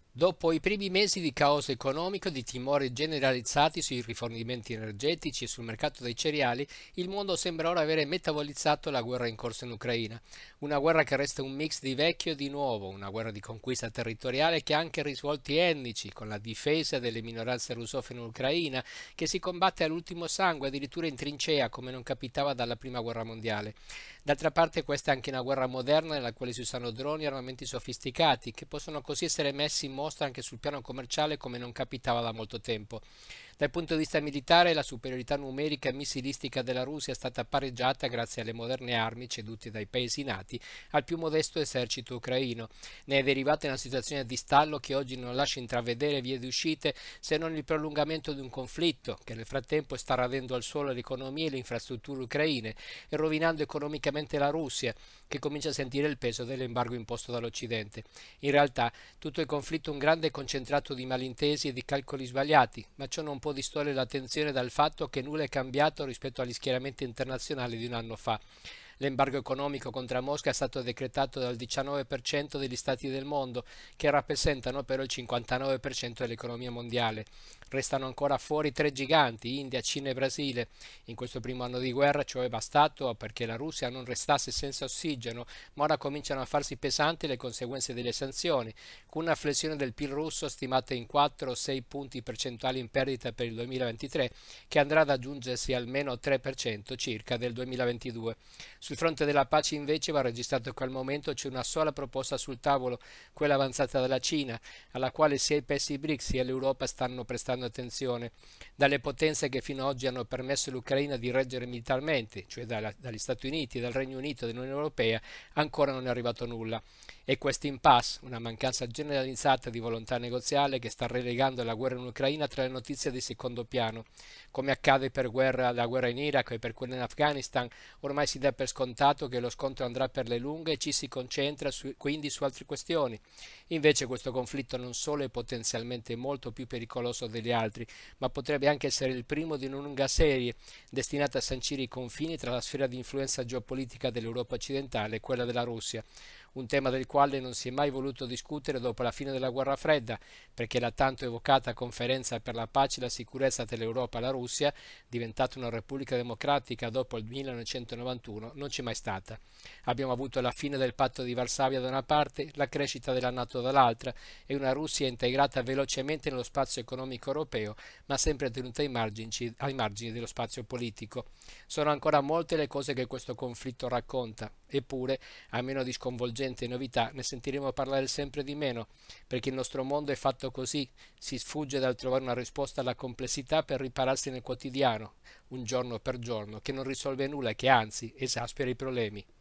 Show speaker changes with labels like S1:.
S1: Dopo i primi mesi di caos economico e di timori generalizzati sui rifornimenti energetici e sul mercato dei cereali, il mondo sembra ora avere metabolizzato la guerra in corso in Ucraina. Una guerra che resta un mix di vecchio e di nuovo, una guerra di conquista territoriale che ha anche risvolti etnici, con la difesa delle minoranze russofone in Ucraina, che si combatte all'ultimo sangue, addirittura in trincea, come non capitava dalla prima guerra mondiale. D'altra parte questa è anche una guerra moderna nella quale si usano droni e armamenti sofisticati, che possono così essere messi in mostra anche sul piano commerciale come non capitava da molto tempo. Dal punto di vista militare, la superiorità numerica e missilistica della Russia è stata pareggiata grazie alle moderne armi cedute dai paesi nati al più modesto esercito ucraino. Ne è derivata una situazione di stallo che oggi non lascia intravedere vie di uscite se non il prolungamento di un conflitto che nel frattempo sta radendo al suolo l'economia e le infrastrutture ucraine e rovinando economicamente la Russia, che comincia a sentire il peso dell'embargo imposto dall'Occidente. In realtà tutto il conflitto è un grande concentrato di malintesi e di calcoli sbagliati, ma ciò non può distogliere l'attenzione dal fatto che nulla è cambiato rispetto agli schieramenti internazionali di un anno fa. L'embargo economico contro Mosca è stato decretato dal 19% degli stati del mondo, che rappresentano però il 59% dell'economia mondiale. Restano ancora fuori tre giganti, India, Cina e Brasile. In questo primo anno di guerra ciò è bastato perché la Russia non restasse senza ossigeno, ma ora cominciano a farsi pesanti le conseguenze delle sanzioni, con una flessione del PIL russo stimata in 4 o 6 punti percentuali in perdita per il 2023, che andrà ad aggiungersi al meno 3% circa del 2022. Sul fronte della pace invece va registrato che al momento c'è una sola proposta sul tavolo, quella avanzata dalla Cina, alla quale sia i paesi BRICS sia l'Europa stanno prestando attenzione. Dalle potenze che fino ad oggi hanno permesso all'Ucraina di reggere militarmente, cioè dagli Stati Uniti, dal Regno Unito e dall'Unione Europea, ancora non è arrivato nulla. E questo impasse, una mancanza generalizzata di volontà negoziale che sta relegando la guerra in Ucraina tra le notizie di secondo piano. Come accade per la guerra in Iraq e per quella in Afghanistan, ormai si dà per scontato che lo scontro andrà per le lunghe e ci si concentra quindi su altre questioni. Invece questo conflitto non solo è potenzialmente molto più pericoloso degli altri, ma potrebbe anche essere il primo di una lunga serie destinata a sancire i confini tra la sfera di influenza geopolitica dell'Europa occidentale e quella della Russia, un tema del quale non si è mai voluto discutere dopo la fine della guerra fredda, perché la tanto evocata conferenza per la pace e la sicurezza dell'Europa e la Russia, diventata una repubblica democratica dopo il 1991, non c'è mai stata. Abbiamo avuto la fine del patto di Varsavia da una parte, la crescita della NATO dall'altra e una Russia integrata velocemente nello spazio economico europeo, ma sempre tenuta ai margini dello spazio politico. Sono ancora molte le cose che questo conflitto racconta, eppure, a meno di sconvolgenti novità, ne sentiremo parlare sempre di meno, perché il nostro mondo è fatto così, si sfugge dal trovare una risposta alla complessità per ripararsi nel quotidiano, un giorno per giorno, che non risolve nulla e che anzi esaspera i problemi.